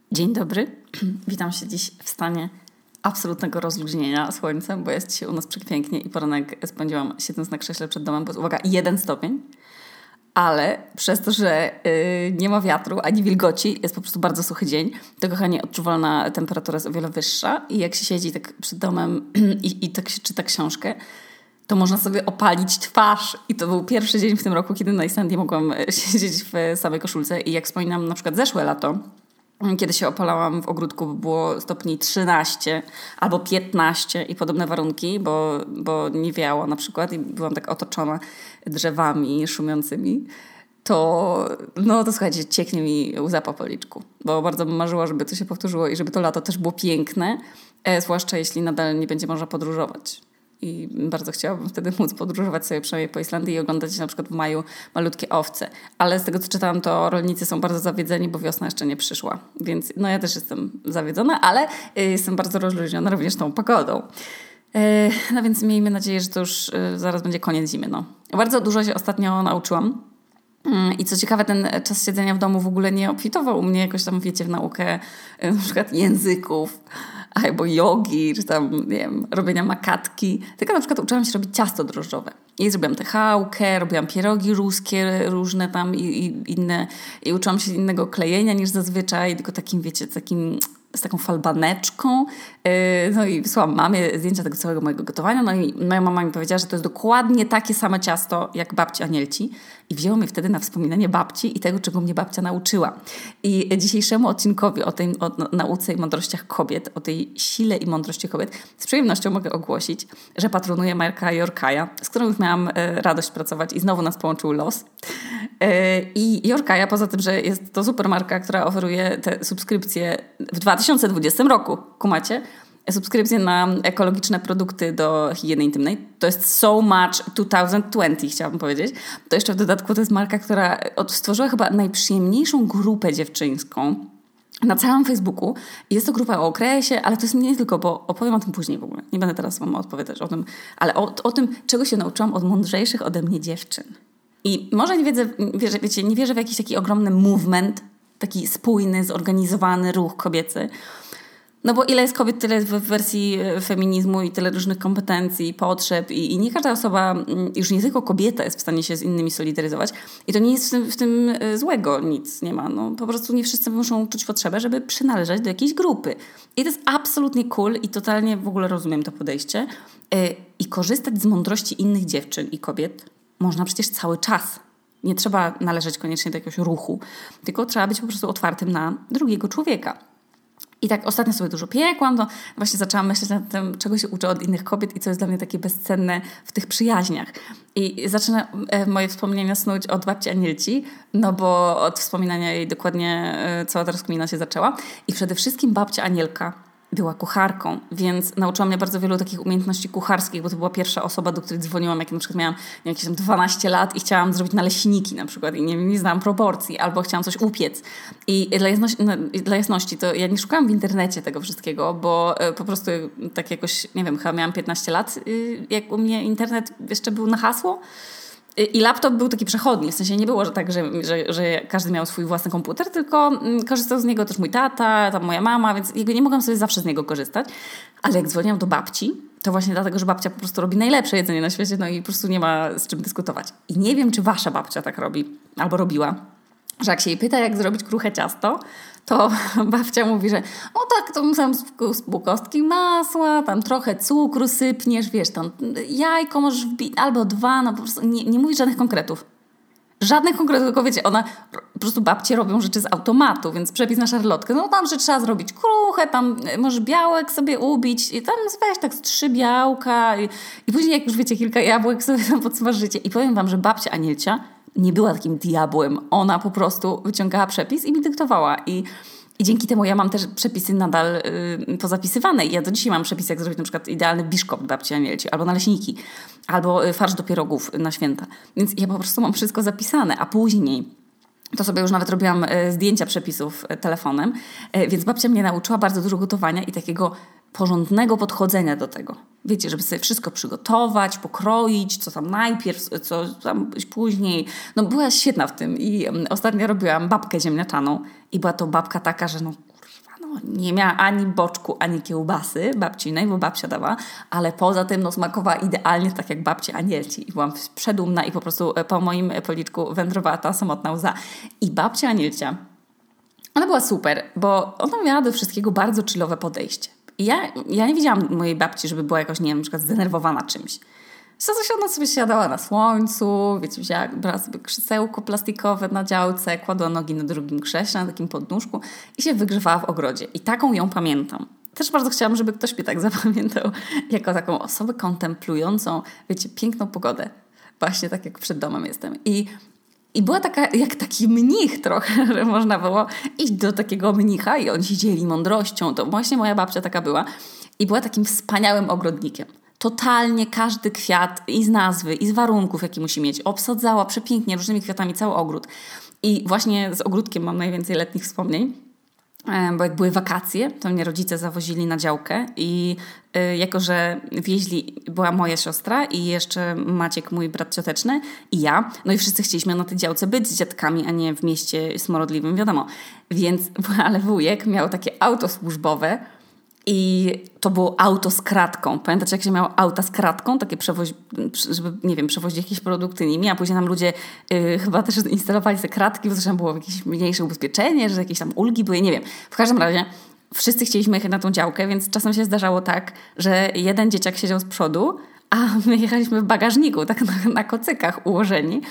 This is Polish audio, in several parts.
Dzień dobry. Witam się dziś w stanie absolutnego rozluźnienia słońcem, bo jest dzisiaj u nas przepięknie i poranek spędziłam siedząc na krześle przed domem, bo jest, uwaga, 1 stopień. Ale przez to, że nie ma wiatru ani wilgoci, jest po prostu bardzo suchy dzień, to kochanie, odczuwalna temperatura jest o wiele wyższa i jak się siedzi tak przed domem i tak się czyta książkę, to można sobie opalić twarz. I to był pierwszy dzień w tym roku, kiedy na Islandii mogłam siedzieć w samej koszulce i jak wspominam na przykład zeszłe lato, kiedy się opalałam w ogródku, było stopni 13 albo 15 i podobne warunki, bo nie wiało na przykład i byłam tak otoczona drzewami szumiącymi, to słuchajcie, cieknie mi łza po policzku, bo bardzo bym marzyła, żeby to się powtórzyło i żeby to lato też było piękne, zwłaszcza jeśli nadal nie będzie można podróżować. I bardzo chciałabym wtedy móc podróżować sobie przynajmniej po Islandii i oglądać na przykład w maju malutkie owce. Ale z tego co czytałam, to rolnicy są bardzo zawiedzeni, bo wiosna jeszcze nie przyszła. Więc ja też jestem zawiedzona, ale jestem bardzo rozluźniona również tą pogodą. No więc miejmy nadzieję, że to już zaraz będzie koniec zimy. No. Bardzo dużo się ostatnio nauczyłam. I co ciekawe, ten czas siedzenia w domu w ogóle nie obfitował u mnie jakoś tam, wiecie, w naukę na przykład języków albo jogi, czy tam, nie wiem, robienia makatki. Tylko na przykład uczyłam się robić ciasto drożdżowe. I zrobiłam tę chałkę, robiłam pierogi ruskie różne tam i inne. I uczyłam się innego klejenia niż zazwyczaj, tylko takim, wiecie, z taką falbaneczką. No i wysłałam mamie zdjęcia tego całego mojego gotowania. No i moja mama mi powiedziała, że to jest dokładnie takie same ciasto jak babci Anielci. I wzięło mnie wtedy na wspominanie babci i tego, czego mnie babcia nauczyła. I dzisiejszemu odcinkowi o nauce i mądrościach kobiet, o tej sile i mądrości kobiet, z przyjemnością mogę ogłosić, że patronuję Marka Yorkaja, z którą już miałam radość pracować i znowu nas połączył los. I Yorkaja, poza tym, że jest to super marka, która oferuje te subskrypcje w 2020 roku, kumacie, subskrypcje na ekologiczne produkty do higieny intymnej. To jest So Much 2020, chciałabym powiedzieć. To jeszcze w dodatku to jest marka, która stworzyła chyba najprzyjemniejszą grupę dziewczyńską na całym Facebooku. Jest to grupa o okresie, ale to jest nie tylko, bo opowiem o tym później w ogóle. Nie będę teraz wam odpowiadać o tym, ale o tym, czego się nauczyłam od mądrzejszych ode mnie dziewczyn. I może nie wierzę w jakiś taki ogromny movement, taki spójny, zorganizowany ruch kobiecy. No bo ile jest kobiet, tyle jest w wersji feminizmu i tyle różnych kompetencji, potrzeb i nie każda osoba, już nie tylko kobieta jest w stanie się z innymi solidaryzować i to nie jest w tym złego, nic nie ma. No, po prostu nie wszyscy muszą czuć potrzebę, żeby przynależeć do jakiejś grupy. I to jest absolutnie cool i totalnie w ogóle rozumiem to podejście. I korzystać z mądrości innych dziewczyn i kobiet można przecież cały czas. Nie trzeba należeć koniecznie do jakiegoś ruchu, tylko trzeba być po prostu otwartym na drugiego człowieka. I tak ostatnio sobie dużo piekłam, to właśnie zaczęłam myśleć nad tym, czego się uczę od innych kobiet i co jest dla mnie takie bezcenne w tych przyjaźniach. I zaczynam moje wspomnienia snuć od babci Anielci, no bo od wspominania jej dokładnie cała ta rozkmina się zaczęła. I przede wszystkim babcia Anielka była kucharką, więc nauczyła mnie bardzo wielu takich umiejętności kucharskich, bo to była pierwsza osoba, do której dzwoniłam, jak na przykład miałam jakieś tam 12 lat i chciałam zrobić naleśniki na przykład i nie znałam proporcji, albo chciałam coś upiec. I dla jasności to ja nie szukałam w internecie tego wszystkiego, bo po prostu tak jakoś, nie wiem, chyba miałam 15 lat, jak u mnie internet jeszcze był na hasło. I laptop był taki przechodni, w sensie nie było, że tak, że każdy miał swój własny komputer, tylko korzystał z niego też mój tata, tam moja mama, więc nie mogłam sobie zawsze z niego korzystać. Ale jak dzwoniłam do babci, to właśnie dlatego, że babcia po prostu robi najlepsze jedzenie na świecie, no i po prostu nie ma z czym dyskutować. I nie wiem, czy wasza babcia tak robi, albo robiła, że jak się jej pyta, jak zrobić kruche ciasto, to babcia mówi, że o tak, to sam z pół kostki masła, tam trochę cukru sypniesz, wiesz, tam jajko możesz wbić, albo 2, no po prostu nie mówi żadnych konkretów. Żadnych konkretów, tylko wiecie, po prostu babcie robią rzeczy z automatu, więc przepis na szarlotkę, no tam, że trzeba zrobić kruche, tam możesz białek sobie ubić i tam weź tak z 3 białka i później jak już wiecie, kilka jabłek sobie tam podsmażycie. I powiem wam, że babcia Anielcia nie była takim diabłem. Ona po prostu wyciągała przepis i mi dyktowała. I dzięki temu ja mam też przepisy nadal pozapisywane. I ja do dzisiaj mam przepis, jak zrobić na przykład idealny biszkopt babci Anielci, albo naleśniki, albo farsz do pierogów na święta. Więc ja po prostu mam wszystko zapisane. A później to sobie już nawet robiłam zdjęcia przepisów telefonem. Więc babcia mnie nauczyła bardzo dużo gotowania i takiego porządnego podchodzenia do tego. Wiecie, żeby sobie wszystko przygotować, pokroić, co tam najpierw, co tam później. No była świetna w tym i ostatnio robiłam babkę ziemniaczaną i była to babka taka, że no kurwa, nie miała ani boczku, ani kiełbasy babcinej, bo babcia dała, ale poza tym no, smakowała idealnie tak jak babcia Anielci. I byłam przedumna i po prostu po moim policzku wędrowała ta samotna łza. I babcia Anielcia, ona była super, bo ona miała do wszystkiego bardzo chillowe podejście. I ja nie widziałam mojej babci, żeby była jakoś, nie wiem, na przykład zdenerwowana czymś. Ona sobie siadała na słońcu, wiecie, brała sobie krzesełko plastikowe na działce, kładła nogi na drugim krześle, na takim podnóżku i się wygrzewała w ogrodzie. I taką ją pamiętam. Też bardzo chciałam, żeby ktoś mnie tak zapamiętał, jako taką osobę kontemplującą, wiecie, piękną pogodę. Właśnie tak jak przed domem jestem. I była taka, jak taki mnich trochę, że można było iść do takiego mnicha i oni się dzieli mądrością. To właśnie moja babcia taka była. I była takim wspaniałym ogrodnikiem. Totalnie każdy kwiat i z nazwy, i z warunków, jaki musi mieć, obsadzała przepięknie różnymi kwiatami cały ogród. I właśnie z ogródkiem mam najwięcej letnich wspomnień, bo jak były wakacje, to mnie rodzice zawozili na działkę i jako, że wieźli, była moja siostra i jeszcze Maciek, mój brat cioteczny i ja, no i wszyscy chcieliśmy na tej działce być z dziadkami, a nie w mieście smrodliwym, wiadomo. Więc, ale wujek miał takie auto służbowe, i to było auto z kratką. Pamiętacie, jak się miało auta z kratką? Takie żeby, nie wiem, przewozić jakieś produkty nimi, a później nam ludzie chyba też instalowali te kratki, bo zresztą było jakieś mniejsze ubezpieczenie, że jakieś tam ulgi były, nie wiem. W każdym razie wszyscy chcieliśmy jechać na tą działkę, więc czasem się zdarzało tak, że jeden dzieciak siedział z przodu, a my jechaliśmy w bagażniku, tak na kocykach ułożeni,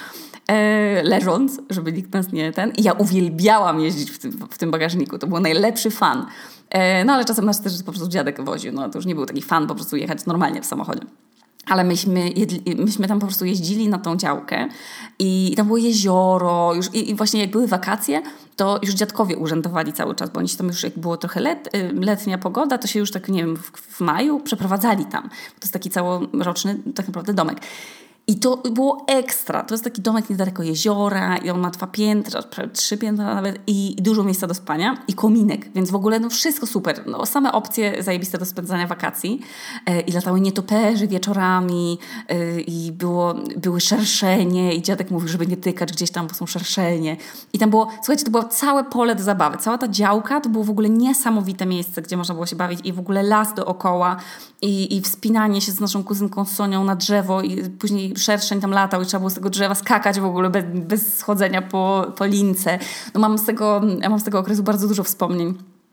leżąc, żeby nikt nas nie I ja uwielbiałam jeździć w tym bagażniku. To był najlepszy fan. No ale czasem nas też po prostu dziadek woził. No to już nie był taki fan po prostu jechać normalnie w samochodzie. Ale myśmy tam po prostu jeździli na tą działkę i tam było jezioro już i właśnie jak były wakacje, to już dziadkowie urzędowali cały czas, bo oni się tam już, jak było trochę letnia pogoda, to się już tak, nie wiem, w maju przeprowadzali tam. To jest taki całoroczny tak naprawdę domek. I to było ekstra. To jest taki domek niedaleko jeziora i on ma 2 piętra, 3 piętra nawet i dużo miejsca do spania i kominek, więc w ogóle no wszystko super. No, same opcje zajebiste do spędzania wakacji i latały nietoperze wieczorami i były szerszenie i dziadek mówił, żeby nie tykać gdzieś tam, bo są szerszenie. I tam było, słuchajcie, to było całe pole do zabawy. Cała ta działka to było w ogóle niesamowite miejsce, gdzie można było się bawić i w ogóle las dookoła i wspinanie się z naszą kuzynką Sonią na drzewo i później szerszeń tam latał i trzeba było z tego drzewa skakać w ogóle bez schodzenia po lince. No mam z tego okresu bardzo dużo wspomnień.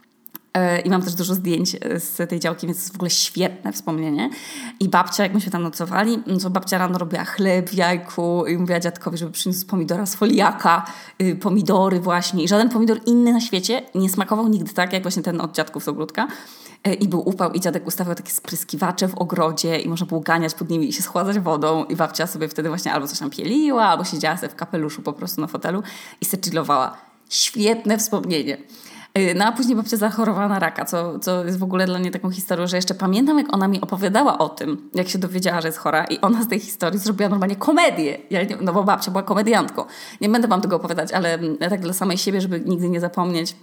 I mam też dużo zdjęć z tej działki, więc to jest w ogóle świetne wspomnienie. I babcia, jak myśmy tam nocowali, to babcia rano robiła chleb w jajku i mówiła dziadkowi, żeby przyniósł pomidora z foliaka, pomidory właśnie. I żaden pomidor inny na świecie nie smakował nigdy tak, jak właśnie ten od dziadków z ogródka. I był upał i dziadek ustawiał takie spryskiwacze w ogrodzie i można było ganiać pod nimi i się schładzać wodą i babcia sobie wtedy właśnie albo coś tam pieliła, albo siedziała sobie w kapeluszu po prostu na fotelu i se chillowała. Świetne wspomnienie. No a później babcia zachorowała na raka, co jest w ogóle dla mnie taką historią, że jeszcze pamiętam, jak ona mi opowiadała o tym, jak się dowiedziała, że jest chora i ona z tej historii zrobiła normalnie komedię. No bo babcia była komediantką. Nie będę wam tego opowiadać, ale tak dla samej siebie, żeby nigdy nie zapomnieć,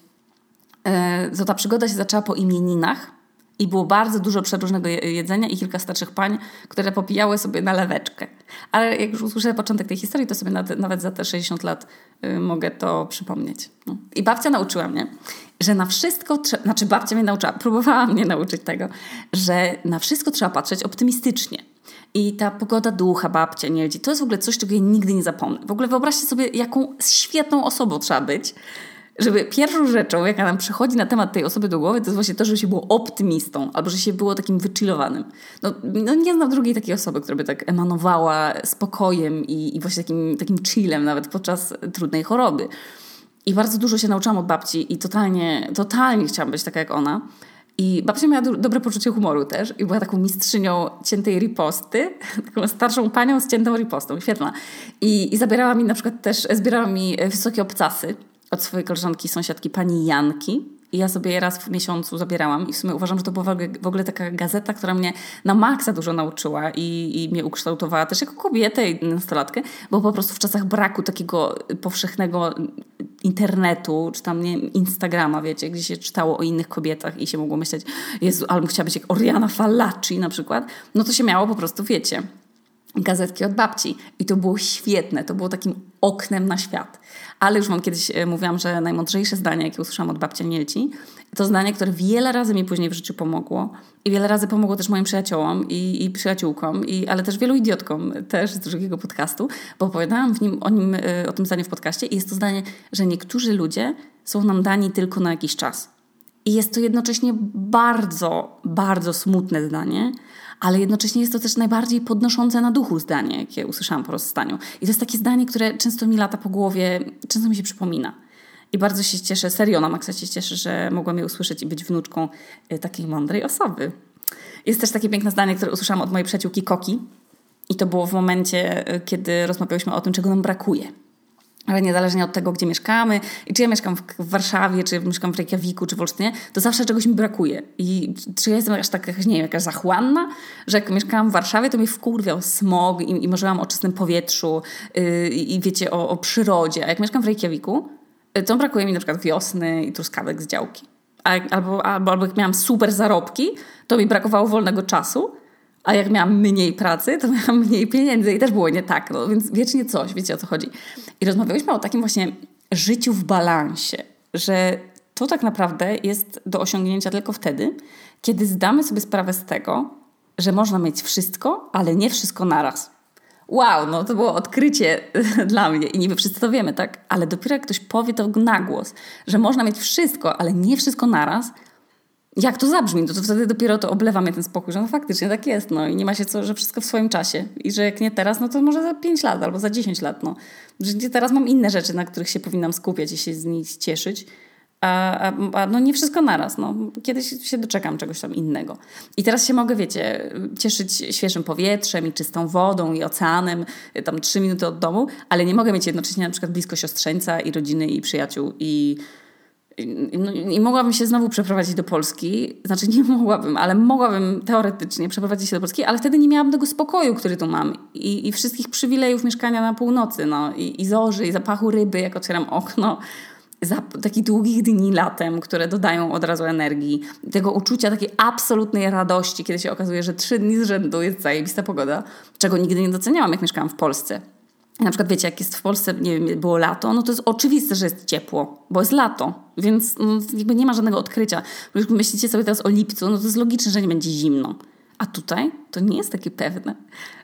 to ta przygoda się zaczęła po imieninach i było bardzo dużo przeróżnego jedzenia i kilka starszych pań, które popijały sobie na leweczkę. Ale jak już usłyszę początek tej historii, to sobie nawet za te 60 lat mogę to przypomnieć. No. I babcia nauczyła mnie, że na wszystko babcia mnie nauczyła, próbowała mnie nauczyć tego, że na wszystko trzeba patrzeć optymistycznie. I ta pogoda ducha babcia Nielci, to jest w ogóle coś, czego ja nigdy nie zapomnę. W ogóle wyobraźcie sobie, jaką świetną osobą trzeba być, żeby pierwszą rzeczą, jaka nam przychodzi na temat tej osoby do głowy, to jest właśnie to, żeby się było optymistą albo że się było takim wychillowanym. No nie znam drugiej takiej osoby, która by tak emanowała spokojem i właśnie takim chillem nawet podczas trudnej choroby. I bardzo dużo się nauczyłam od babci i totalnie chciałam być taka jak ona. I babcia miała dobre poczucie humoru też i była taką mistrzynią ciętej riposty, taką starszą panią z ciętą ripostą, świetna. I zabierała mi na przykład też, zbierała mi wysokie obcasy od swojej koleżanki, sąsiadki, pani Janki. I ja sobie je raz w miesiącu zabierałam i w sumie uważam, że to była w ogóle taka gazeta, która mnie na maksa dużo nauczyła i mnie ukształtowała też jako kobietę i nastolatkę, bo po prostu w czasach braku takiego powszechnego internetu, czy tam nie Instagrama, wiecie, gdzie się czytało o innych kobietach i się mogło myśleć, Jezu, albo chciała być jak Oriana Fallaci na przykład, no to się miało po prostu, wiecie, gazetki od babci. I to było świetne. To było takim oknem na świat. Ale już wam kiedyś mówiłam, że najmądrzejsze zdanie, jakie usłyszałam od babci Anielci, to zdanie, które wiele razy mi później w życiu pomogło i wiele razy pomogło też moim przyjaciołom i przyjaciółkom, ale też wielu idiotkom też z drugiego podcastu, bo opowiadałam o tym zdaniu w podcaście i jest to zdanie, że niektórzy ludzie są nam dani tylko na jakiś czas. I jest to jednocześnie bardzo, bardzo smutne zdanie, ale jednocześnie jest to też najbardziej podnoszące na duchu zdanie, jakie usłyszałam po rozstaniu. I to jest takie zdanie, które często mi lata po głowie, często mi się przypomina. I bardzo się cieszę, serio na maksa się cieszę, że mogłam je usłyszeć i być wnuczką takiej mądrej osoby. Jest też takie piękne zdanie, które usłyszałam od mojej przyjaciółki Koki. I to było w momencie, kiedy rozmawiałyśmy o tym, czego nam brakuje. Ale niezależnie od tego, gdzie mieszkamy i czy ja mieszkam w Warszawie, czy mieszkam w Reykjaviku, czy w Olsztynie, to zawsze czegoś mi brakuje. I czy ja jestem aż tak, nie wiem, jakaś zachłanna, że jak mieszkałam w Warszawie, to mnie wkurwiał smog i marzyłam o czystym powietrzu i wiecie, o przyrodzie. A jak mieszkam w Reykjaviku, to brakuje mi na przykład wiosny i truskawek z działki. Albo jak miałam super zarobki, to mi brakowało wolnego czasu, a jak miałam mniej pracy, to miałam mniej pieniędzy i też było nie tak. No, więc wiecznie coś, wiecie o co chodzi. I rozmawiałyśmy o takim właśnie życiu w balansie, że to tak naprawdę jest do osiągnięcia tylko wtedy, kiedy zdamy sobie sprawę z tego, że można mieć wszystko, ale nie wszystko naraz. Wow, no to było odkrycie dla mnie i niby wszyscy to wiemy, tak? Ale dopiero jak ktoś powie to na głos, że można mieć wszystko, ale nie wszystko naraz, jak to zabrzmi, to wtedy dopiero to oblewa mnie ten spokój, że no faktycznie tak jest, no i nie ma się co, że wszystko w swoim czasie i że jak nie teraz, no to może za 5 lat albo za 10 lat, no. Że teraz mam inne rzeczy, na których się powinnam skupiać i się z nich cieszyć, a no nie wszystko naraz, no. Kiedyś się doczekam czegoś tam innego. I teraz się mogę, wiecie, cieszyć świeżym powietrzem i czystą wodą i oceanem, tam 3 minuty od domu, ale nie mogę mieć jednocześnie na przykład blisko siostrzeńca i rodziny i przyjaciół I mogłabym się znowu przeprowadzić do Polski. Znaczy nie mogłabym, ale mogłabym teoretycznie przeprowadzić się do Polski, ale wtedy nie miałabym tego spokoju, który tu mam. I wszystkich przywilejów mieszkania na północy. No. I zorzy, i zapachu ryby, jak otwieram okno. Takich długich dni latem, które dodają od razu energii. Tego uczucia takiej absolutnej radości, kiedy się okazuje, że 3 dni z rzędu jest zajebista pogoda. Czego nigdy nie doceniałam, jak mieszkałam w Polsce. Na przykład wiecie, jak jest w Polsce, nie wiem, było lato, no to jest oczywiste, że jest ciepło, bo jest lato, więc no, jakby nie ma żadnego odkrycia. Myślicie sobie teraz o lipcu, no to jest logiczne, że nie będzie zimno. A tutaj to nie jest takie pewne.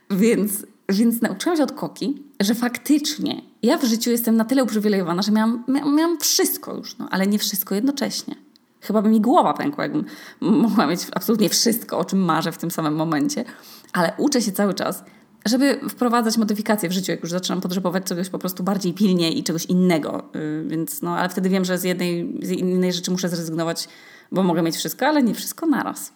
Więc nauczyłam się od Koki, że faktycznie ja w życiu jestem na tyle uprzywilejowana, że miałam wszystko już, no, ale nie wszystko jednocześnie. Chyba by mi głowa pękła, jakbym mogła mieć absolutnie wszystko, o czym marzę w tym samym momencie. Ale uczę się cały czas, żeby wprowadzać modyfikacje w życiu, jak już zaczynam potrzebować czegoś po prostu bardziej pilnie i czegoś innego. Więc no, ale wtedy wiem, że z innej rzeczy muszę zrezygnować, bo mogę mieć wszystko, ale nie wszystko naraz.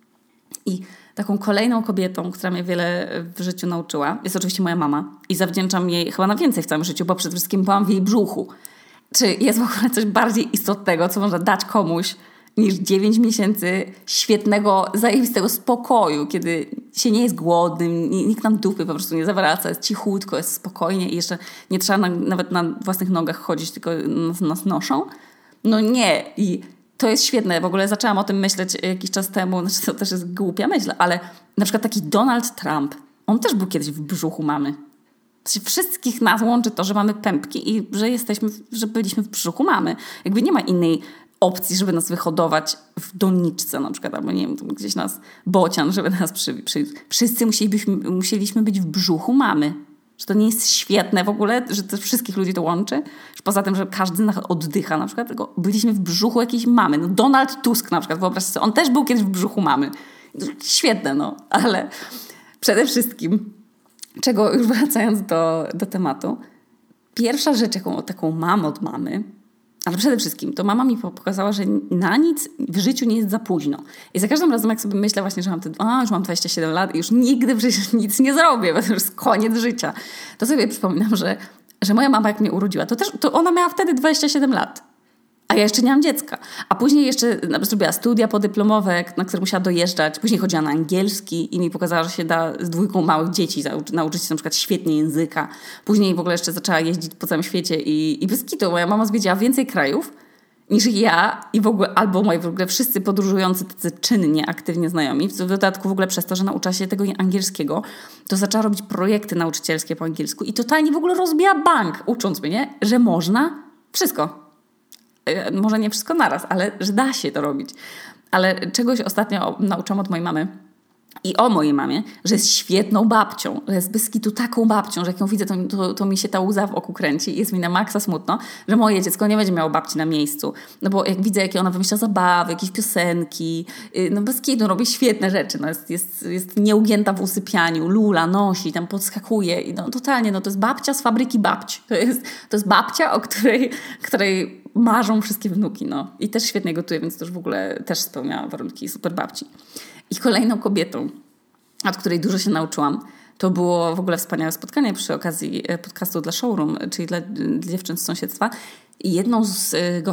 I taką kolejną kobietą, która mnie wiele w życiu nauczyła, jest oczywiście moja mama. I zawdzięczam jej chyba na więcej w całym życiu, bo przede wszystkim byłam w jej brzuchu. Czy jest w ogóle coś bardziej istotnego, co można dać komuś, niż 9 miesięcy świetnego, zajebistego spokoju, kiedy się nie jest głodnym, nikt nam dupy po prostu nie zawraca, jest cichutko, jest spokojnie i jeszcze nie trzeba nawet na własnych nogach chodzić, tylko nas noszą. No nie. I to jest świetne. W ogóle zaczęłam o tym myśleć jakiś czas temu, znaczy to też jest głupia myśl, ale na przykład taki Donald Trump, on też był kiedyś w brzuchu mamy. Wszystkich nas łączy to, że mamy pępki i że byliśmy w brzuchu mamy. Jakby nie ma innej opcji, żeby nas wyhodować w doniczce na przykład, albo nie wiem, gdzieś nas bocian, żeby nas wszyscy musieliśmy być w brzuchu mamy. Że to nie jest świetne w ogóle, że to wszystkich ludzi to łączy. Że poza tym, że każdy z nas oddycha na przykład, tylko byliśmy w brzuchu jakiejś mamy. No Donald Tusk na przykład, wyobraźcie sobie, on też był kiedyś w brzuchu mamy. Świetne, no, ale przede wszystkim, czego już wracając do tematu, pierwsza rzecz, jaką taką mam od mamy, ale przede wszystkim to mama mi pokazała, że na nic w życiu nie jest za późno. I za każdym razem, jak sobie myślę właśnie, że już mam 27 lat i już nigdy w życiu nic nie zrobię, bo to już jest koniec życia, to sobie przypominam, że moja mama jak mnie urodziła, to ona miała wtedy 27 lat. A ja jeszcze nie mam dziecka. A później jeszcze zrobiła studia podyplomowe, na które musiała dojeżdżać. Później chodziła na angielski i mi pokazała, że się da z 2 małych dzieci nauczyć się na przykład świetnie języka. Później w ogóle jeszcze zaczęła jeździć po całym świecie i bez kitu. Moja mama zwiedziła więcej krajów niż ja i w ogóle, albo moi w ogóle wszyscy podróżujący tacy czynnie, aktywnie znajomi. W dodatku w ogóle przez to, że nauczyła się tego angielskiego, to zaczęła robić projekty nauczycielskie po angielsku i totalnie w ogóle rozbija bank, ucząc mnie, że można wszystko. Może nie wszystko naraz, ale że da się to robić. Ale czegoś ostatnio nauczyłam od mojej mamy i o mojej mamie, że jest świetną babcią, że jest bez kitu taką babcią, że jak ją widzę, to mi się ta łza w oku kręci i jest mi na maksa smutno, że moje dziecko nie będzie miało babci na miejscu. No bo jak widzę, jakie ona wymyśla zabawy, jakieś piosenki, no bez kitu robi świetne rzeczy. No jest nieugięta w usypianiu, lula, nosi, tam podskakuje. I no totalnie, no to jest babcia z fabryki babci. To jest babcia, o której marzą wszystkie wnuki. No. I też świetnie gotuje, więc to już w ogóle też spełnia warunki super babci. I kolejną kobietą, od której dużo się nauczyłam, to było w ogóle wspaniałe spotkanie przy okazji podcastu dla Showroom, czyli dla dziewczyn z sąsiedztwa. I jedną z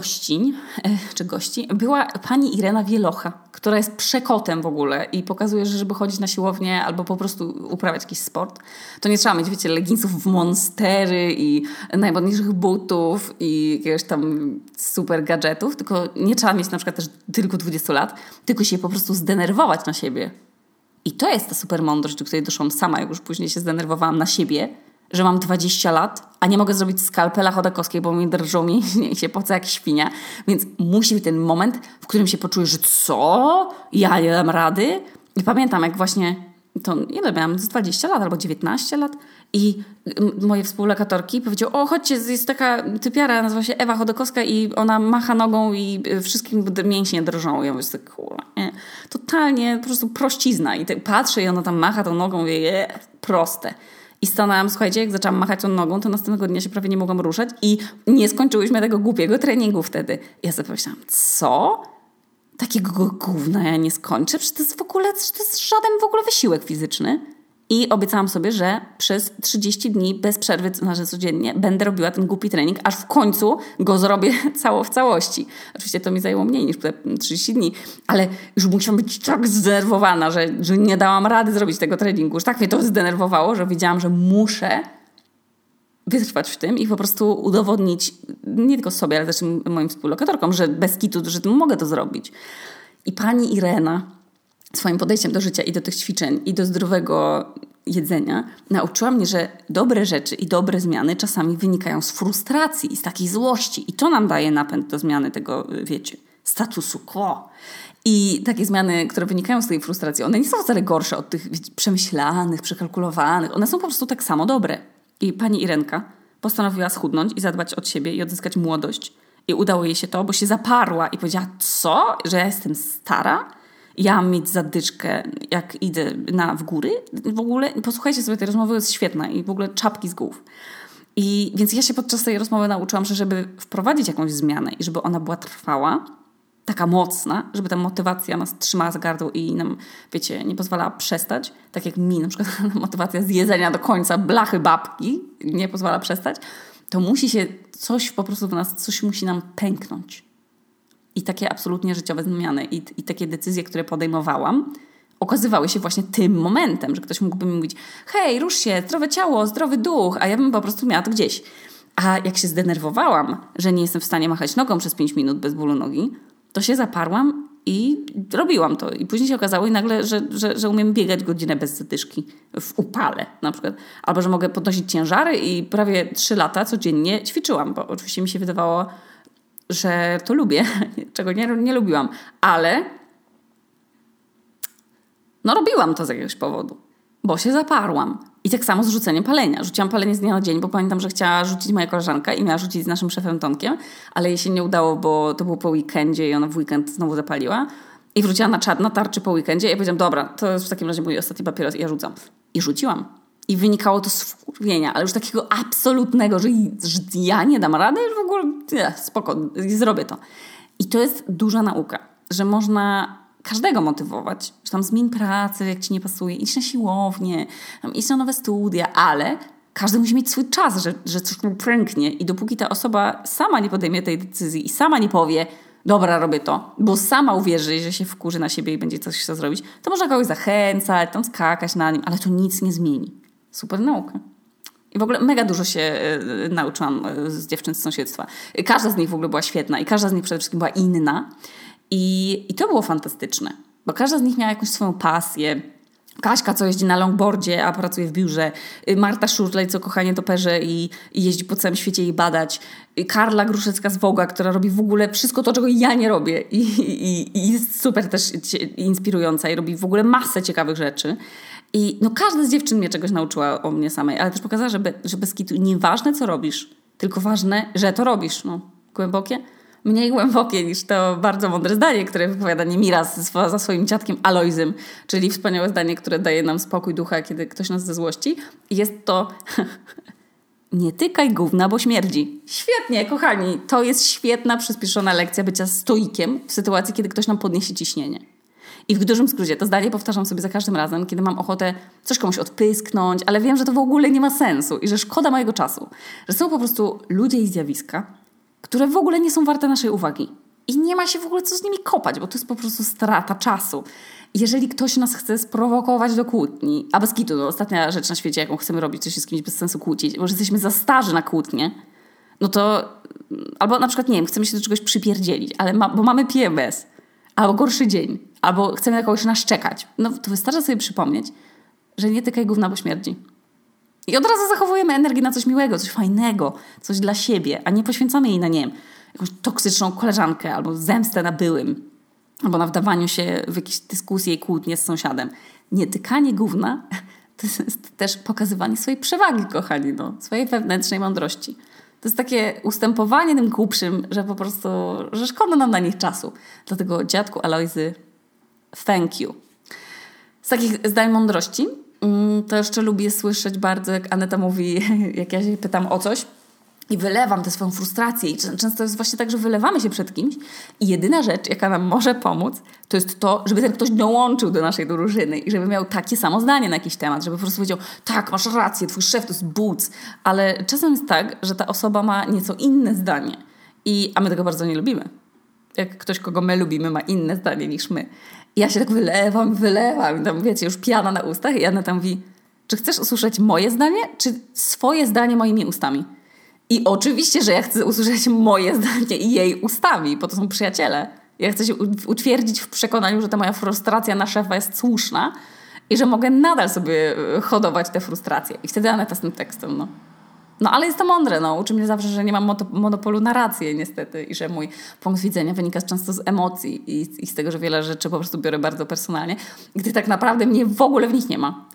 gości była pani Irena Wielocha, która jest przekotem w ogóle i pokazuje, że żeby chodzić na siłownię albo po prostu uprawiać jakiś sport, to nie trzeba mieć, wiecie, leginsów w Monstery i najmodniejszych butów i jakiegoś tam super gadżetów, tylko nie trzeba mieć na przykład też tylko 20 lat, tylko się po prostu zdenerwować na siebie. I to jest ta super mądrość, do której doszłam sama, jak już później się zdenerwowałam na siebie, że mam 20 lat, a nie mogę zrobić skalpela chodakowskiej, bo mi drżą mięśnie i się poca jak świnia. Więc musi być ten moment, w którym się poczujesz, że co? Ja nie dam rady? I pamiętam, jak właśnie, to ile miałam? 20 lat albo 19 lat i moje współlokatorki powiedziały, o chodźcie, jest taka typiara, nazywa się Ewa Chodakowska i ona macha nogą i wszystkim mięśnie drżą. I ja mówię, kurwa, nie. Totalnie po prostu prościzna. I patrzę i ona tam macha tą nogą i mówię, proste. I stanęłam, słuchajcie, jak zaczęłam machać tą nogą, to następnego dnia się prawie nie mogłam ruszać i nie skończyłyśmy tego głupiego treningu wtedy. I ja sobie pomyślałam, co? Takiego gówna ja nie skończę? Przecież to jest w ogóle, to jest żaden w ogóle wysiłek fizyczny. I obiecałam sobie, że przez 30 dni bez przerwy, znaczy codziennie, będę robiła ten głupi trening, aż w końcu go zrobię w całości. Oczywiście to mi zajęło mniej niż 30 dni, ale już musiałam być tak zdenerwowana, że nie dałam rady zrobić tego treningu. Już tak mnie to zdenerwowało, że wiedziałam, że muszę wytrwać w tym i po prostu udowodnić nie tylko sobie, ale też moim współlokatorkom, że bez kitu, że mogę to zrobić. I pani Irena swoim podejściem do życia i do tych ćwiczeń i do zdrowego jedzenia nauczyła mnie, że dobre rzeczy i dobre zmiany czasami wynikają z frustracji i z takiej złości. I to nam daje napęd do zmiany tego, wiecie, statusu quo. I takie zmiany, które wynikają z tej frustracji, one nie są wcale gorsze od tych, wiecie, przemyślanych, przekalkulowanych. One są po prostu tak samo dobre. I pani Irenka postanowiła schudnąć i zadbać o siebie i odzyskać młodość. I udało jej się to, bo się zaparła i powiedziała, co? Że ja jestem stara? Ja mam mieć zadyszkę, jak idę w góry? W ogóle posłuchajcie sobie tej rozmowy, jest świetna i w ogóle czapki z głów. I więc ja się podczas tej rozmowy nauczyłam, że żeby wprowadzić jakąś zmianę i żeby ona była trwała, taka mocna, żeby ta motywacja nas trzymała za gardło i nam, wiecie, nie pozwalała przestać, tak jak mi na przykład motywacja z jedzenia do końca blachy babki nie pozwala przestać, to musi się coś po prostu w nas, coś musi nam pęknąć. I takie absolutnie życiowe zmiany i takie decyzje, które podejmowałam, okazywały się właśnie tym momentem, że ktoś mógłby mi mówić, hej, rusz się, zdrowe ciało, zdrowy duch, a ja bym po prostu miała to gdzieś. A jak się zdenerwowałam, że nie jestem w stanie machać nogą przez 5 minut bez bólu nogi, to się zaparłam i robiłam to. I później się okazało i nagle, że umiem biegać godzinę bez zadyszki w upale na przykład. Albo że mogę podnosić ciężary i prawie 3 lata codziennie ćwiczyłam, bo oczywiście mi się wydawało, że to lubię, czego nie lubiłam, ale no robiłam to z jakiegoś powodu, bo się zaparłam. I tak samo z rzuceniem palenia. Rzuciłam palenie z dnia na dzień, bo pamiętam, że chciała rzucić moja koleżanka i miała rzucić z naszym szefem Tomkiem, ale jej się nie udało, bo to było po weekendzie i ona w weekend znowu zapaliła. I wróciła na tarczy po weekendzie i ja powiedziałam, dobra, to jest w takim razie mój ostatni papieros i ja rzucam. I rzuciłam. I wynikało to z wkurwienia, ale już takiego absolutnego, że ja nie dam rady, że w ogóle spoko, zrobię to. I to jest duża nauka, że można każdego motywować, że tam zmień pracę, jak ci nie pasuje, idź na siłownię, idź na nowe studia, ale każdy musi mieć swój czas, że coś mu pręknie i dopóki ta osoba sama nie podejmie tej decyzji i sama nie powie, dobra, robię to, bo sama uwierzy, że się wkurzy na siebie i będzie coś chciał zrobić, to można kogoś zachęcać, tam skakać na nim, ale to nic nie zmieni. Super nauka. I w ogóle mega dużo się nauczyłam z dziewczyn z sąsiedztwa. Każda z nich w ogóle była świetna i każda z nich przede wszystkim była inna. I to było fantastyczne, bo każda z nich miała jakąś swoją pasję. Kaśka, co jeździ na longboardzie, a pracuje w biurze. Marta Szurlej, co kochanie toperze i jeździ po całym świecie jej badać. Karla Gruszecka z Vogue'a, która robi w ogóle wszystko to, czego ja nie robię. I jest super też inspirująca i robi w ogóle masę ciekawych rzeczy. I no każda z dziewczyn mnie czegoś nauczyła o mnie samej, ale też pokazała, że bez kitu nieważne co robisz, tylko ważne, że to robisz. No, głębokie? Mniej głębokie niż to bardzo mądre zdanie, które wypowiada Niemiras za swoim dziadkiem Alojzym, czyli wspaniałe zdanie, które daje nam spokój ducha, kiedy ktoś nas zezłości. Jest to nie tykaj gówna, bo śmierdzi. Świetnie, kochani. To jest świetna, przyspieszona lekcja bycia stoikiem w sytuacji, kiedy ktoś nam podniesie ciśnienie. I w dużym skrócie to zdanie powtarzam sobie za każdym razem, kiedy mam ochotę coś komuś odpysknąć, ale wiem, że to w ogóle nie ma sensu i że szkoda mojego czasu. Że są po prostu ludzie i zjawiska, które w ogóle nie są warte naszej uwagi. I nie ma się w ogóle co z nimi kopać, bo to jest po prostu strata czasu. Jeżeli ktoś nas chce sprowokować do kłótni, a bez kitu, no ostatnia rzecz na świecie, jaką chcemy robić, to się z kimś bez sensu kłócić, bo że jesteśmy za starzy na kłótnię, no to albo na przykład, nie wiem, chcemy się do czegoś przypierdzielić, ale bo mamy PMS, albo gorszy dzień, albo chcemy na kogoś naszczekać, no to wystarczy sobie przypomnieć, że nie tykaj gówna, bo śmierdzi. I od razu zachowujemy energię na coś miłego, coś fajnego, coś dla siebie, a nie poświęcamy jej na, nie wiem, jakąś toksyczną koleżankę albo zemstę na byłym, albo na wdawaniu się w jakieś dyskusje i kłótnie z sąsiadem. Nie tykanie gówna to jest też pokazywanie swojej przewagi, kochani, no, swojej wewnętrznej mądrości. To jest takie ustępowanie tym głupszym, że po prostu, że szkoda nam na nich czasu. Dlatego dziadku Alojzy, thank you. Z takich zdań mądrości to jeszcze lubię słyszeć bardzo, jak Aneta mówi, jak ja się pytam o coś i wylewam tę swoją frustrację. I często jest właśnie tak, że wylewamy się przed kimś i jedyna rzecz, jaka nam może pomóc, to jest to, żeby ten ktoś dołączył do naszej drużyny i żeby miał takie samo zdanie na jakiś temat, żeby po prostu powiedział, tak, masz rację, twój szef to jest buc. Ale czasem jest tak, że ta osoba ma nieco inne zdanie, a my tego bardzo nie lubimy. Jak ktoś, kogo my lubimy, ma inne zdanie niż my. I ja się tak wylewam i tam, wiecie, już piana na ustach i Anna tam mówi, czy chcesz usłyszeć moje zdanie, czy swoje zdanie moimi ustami? I oczywiście, że ja chcę usłyszeć moje zdanie i jej ustami, bo to są przyjaciele. Ja chcę się utwierdzić w przekonaniu, że ta moja frustracja na szefa jest słuszna i że mogę nadal sobie hodować tę frustrację. I wtedy Aneta z tym tekstem, no. No ale jest to mądre, no. Uczy mnie zawsze, że nie mam monopolu na rację niestety i że mój punkt widzenia wynika często z emocji i z tego, że wiele rzeczy po prostu biorę bardzo personalnie, gdy tak naprawdę mnie w ogóle w nich nie ma.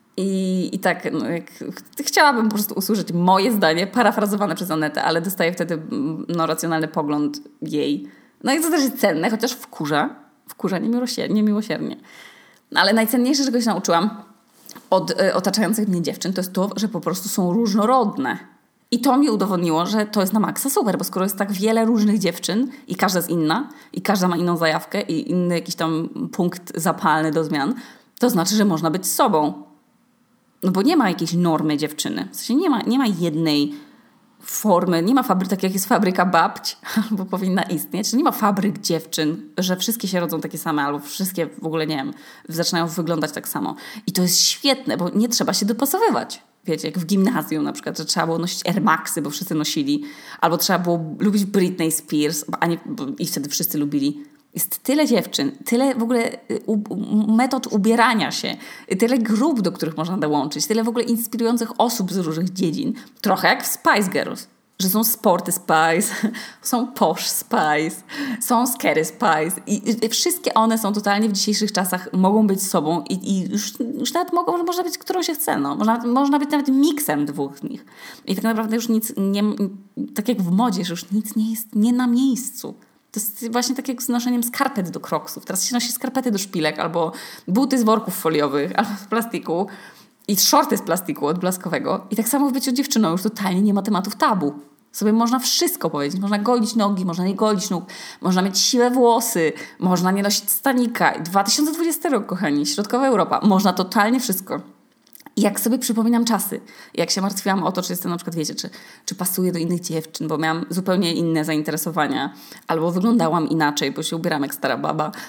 I tak, no, chciałabym po prostu usłyszeć moje zdanie, parafrazowane przez Anetę, ale dostaję wtedy racjonalny pogląd jej. No i to też jest cenne, chociaż wkurza niemiłosiernie. No, ale najcenniejsze, czego się nauczyłam od otaczających mnie dziewczyn, to jest to, że po prostu są różnorodne. I to mi udowodniło, że to jest na maksa super, bo skoro jest tak wiele różnych dziewczyn i każda jest inna, i każda ma inną zajawkę i inny jakiś tam punkt zapalny do zmian, to znaczy, że można być sobą. No bo nie ma jakiejś normy dziewczyny. W sensie nie ma jednej formy, nie ma fabryki, tak jak jest fabryka babć, albo powinna istnieć, nie ma fabryk dziewczyn, że wszystkie się rodzą takie same, albo wszystkie w ogóle, nie wiem, zaczynają wyglądać tak samo. I to jest świetne, bo nie trzeba się dopasowywać. Wiecie, jak w gimnazjum na przykład, że trzeba było nosić Air Maxy, bo wszyscy nosili, albo trzeba było lubić Britney Spears, i wtedy wszyscy lubili. Jest tyle dziewczyn, tyle w ogóle metod ubierania się, tyle grup, do których można dołączyć, tyle w ogóle inspirujących osób z różnych dziedzin. Trochę jak w Spice Girls, że są sporty Spice, są posh Spice, są scary Spice i wszystkie one są totalnie w dzisiejszych czasach, mogą być sobą i już nawet można być, którą się chce. No. Można być nawet miksem dwóch z nich. I tak naprawdę już nic nie, tak jak w modzie, że już nic nie jest nie na miejscu. To jest właśnie tak jak z noszeniem skarpet do kroksów. Teraz się nosi skarpety do szpilek, albo buty z worków foliowych, albo z plastiku i shorty z plastiku odblaskowego. I tak samo w byciu dziewczyną już totalnie nie ma tematów tabu. Sobie można wszystko powiedzieć. Można golić nogi, można nie golić nóg, można mieć siwe włosy, można nie nosić stanika. 2020 rok, kochani, środkowa Europa. Można totalnie wszystko. I jak sobie przypominam czasy, jak się martwiłam o to, czy jestem na przykład, wiecie, czy pasuję do innych dziewczyn, bo miałam zupełnie inne zainteresowania, albo wyglądałam inaczej, bo się ubieram jak stara baba,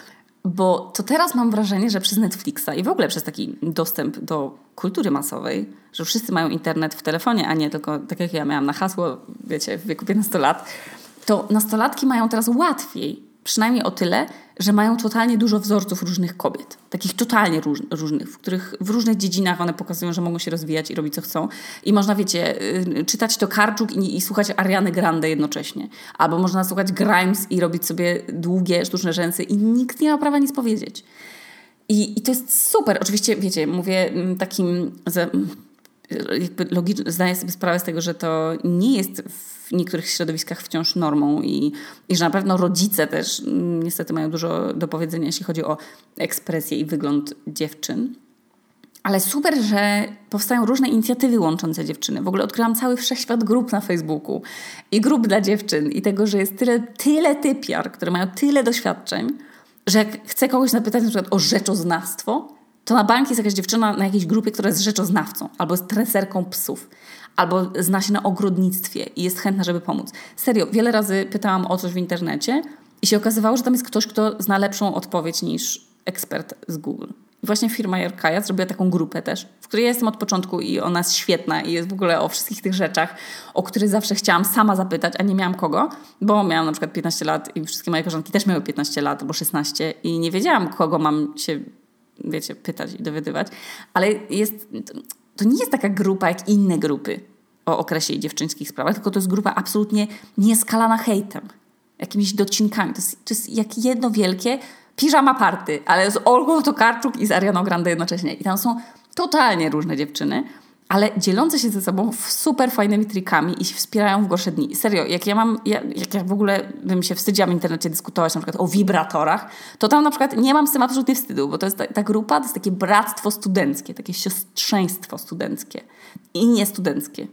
bo to teraz mam wrażenie, że przez Netflixa i w ogóle przez taki dostęp do kultury masowej, że wszyscy mają internet w telefonie, a nie tylko tak jak ja miałam na hasło, wiecie, w wieku 15 lat, to nastolatki mają teraz łatwiej. Przynajmniej o tyle, że mają totalnie dużo wzorców różnych kobiet. Takich totalnie różnych, w których w różnych dziedzinach one pokazują, że mogą się rozwijać i robić co chcą. I można, wiecie, czytać Tokarczuk i słuchać Ariany Grande jednocześnie. Albo można słuchać Grimes i robić sobie długie, sztuczne rzęsy i nikt nie ma prawa nic powiedzieć. I to jest super. Oczywiście, wiecie, mówię takim... jakby logicznie zdaję sobie sprawę z tego, że to nie jest w niektórych środowiskach wciąż normą i że na pewno rodzice też niestety mają dużo do powiedzenia, jeśli chodzi o ekspresję i wygląd dziewczyn. Ale super, że powstają różne inicjatywy łączące dziewczyny. W ogóle odkryłam cały wszechświat grup na Facebooku i grup dla dziewczyn i tego, że jest tyle typiar, które mają tyle doświadczeń, że jak chcę kogoś zapytać na przykład o rzeczoznawstwo, to na bank jest jakaś dziewczyna na jakiejś grupie, która jest rzeczoznawcą, albo jest treserką psów, albo zna się na ogrodnictwie i jest chętna, żeby pomóc. Serio, wiele razy pytałam o coś w internecie i się okazywało, że tam jest ktoś, kto zna lepszą odpowiedź niż ekspert z Google. I właśnie firma Jorkaja zrobiła taką grupę też, w której ja jestem od początku i ona jest świetna i jest w ogóle o wszystkich tych rzeczach, o które zawsze chciałam sama zapytać, a nie miałam kogo, bo miałam na przykład 15 lat i wszystkie moje koleżanki też miały 15 lat albo 16 i nie wiedziałam, kogo mam się, wiecie, pytać i dowiadywać, ale to nie jest taka grupa jak inne grupy o okresie i dziewczyńskich sprawach, tylko to jest grupa absolutnie nieskalana hejtem, jakimiś docinkami. To jest jak jedno wielkie piżama party, ale z Olgą Tokarczuk i z Arianą Grande jednocześnie. I tam są totalnie różne dziewczyny, ale dzielące się ze sobą super fajnymi trikami i się wspierają w gorsze dni. Serio, jak ja w ogóle bym się wstydziła w internecie dyskutować na przykład o wibratorach, to tam na przykład nie mam z tym absolutnie wstydu, bo to jest ta grupa, to jest takie bractwo studenckie, takie siostrzeństwo studenckie i niestudenckie.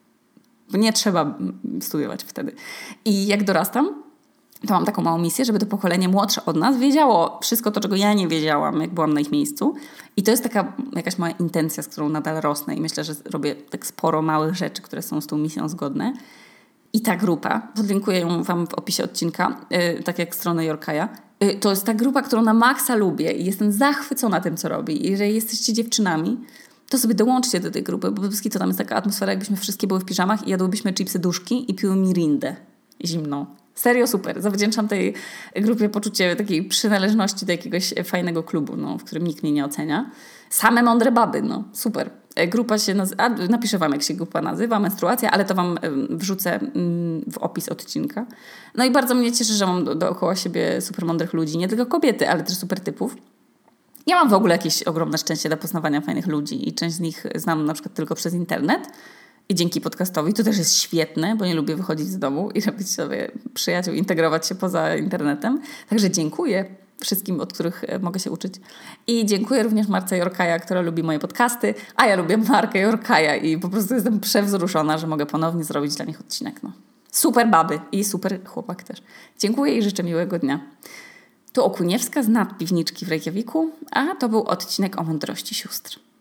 Bo nie trzeba studiować wtedy. I jak dorastam, to mam taką małą misję, żeby to pokolenie młodsze od nas wiedziało wszystko to, czego ja nie wiedziałam, jak byłam na ich miejscu. I to jest taka jakaś moja intencja, z którą nadal rosnę i myślę, że robię tak sporo małych rzeczy, które są z tą misją zgodne. I ta grupa, podlinkuję ją wam w opisie odcinka, tak jak stronę Jorkaja, to jest ta grupa, którą na maksa lubię i jestem zachwycona tym, co robi. I jeżeli jesteście dziewczynami, to sobie dołączcie do tej grupy, bo to tam jest taka atmosfera, jakbyśmy wszystkie były w piżamach i jadłybyśmy chipsy duszki i piły mirindę zimną. Serio super. Zawdzięczam tej grupie poczucie takiej przynależności do jakiegoś fajnego klubu, w którym nikt mnie nie ocenia. Same mądre baby, super. Grupa się nazywa, napiszę wam, jak się grupa nazywa, Menstruacja, ale to wam wrzucę w opis odcinka. No i bardzo mnie cieszy, że mam dookoła siebie super mądrych ludzi, nie tylko kobiety, ale też super typów. Ja mam w ogóle jakieś ogromne szczęście do poznawania fajnych ludzi i część z nich znam na przykład tylko przez internet. I dzięki podcastowi to też jest świetne, bo nie lubię wychodzić z domu i robić sobie przyjaciół, integrować się poza internetem. Także dziękuję wszystkim, od których mogę się uczyć. I dziękuję również Marce Jorkaja, która lubi moje podcasty, a ja lubię Markę Jorkaja i po prostu jestem przewzruszona, że mogę ponownie zrobić dla nich odcinek. Super baby i super chłopak też. Dziękuję i życzę miłego dnia. Tu Okuniewska z Nadpiwniczki w Reykjaviku, a to był odcinek o mądrości sióstr.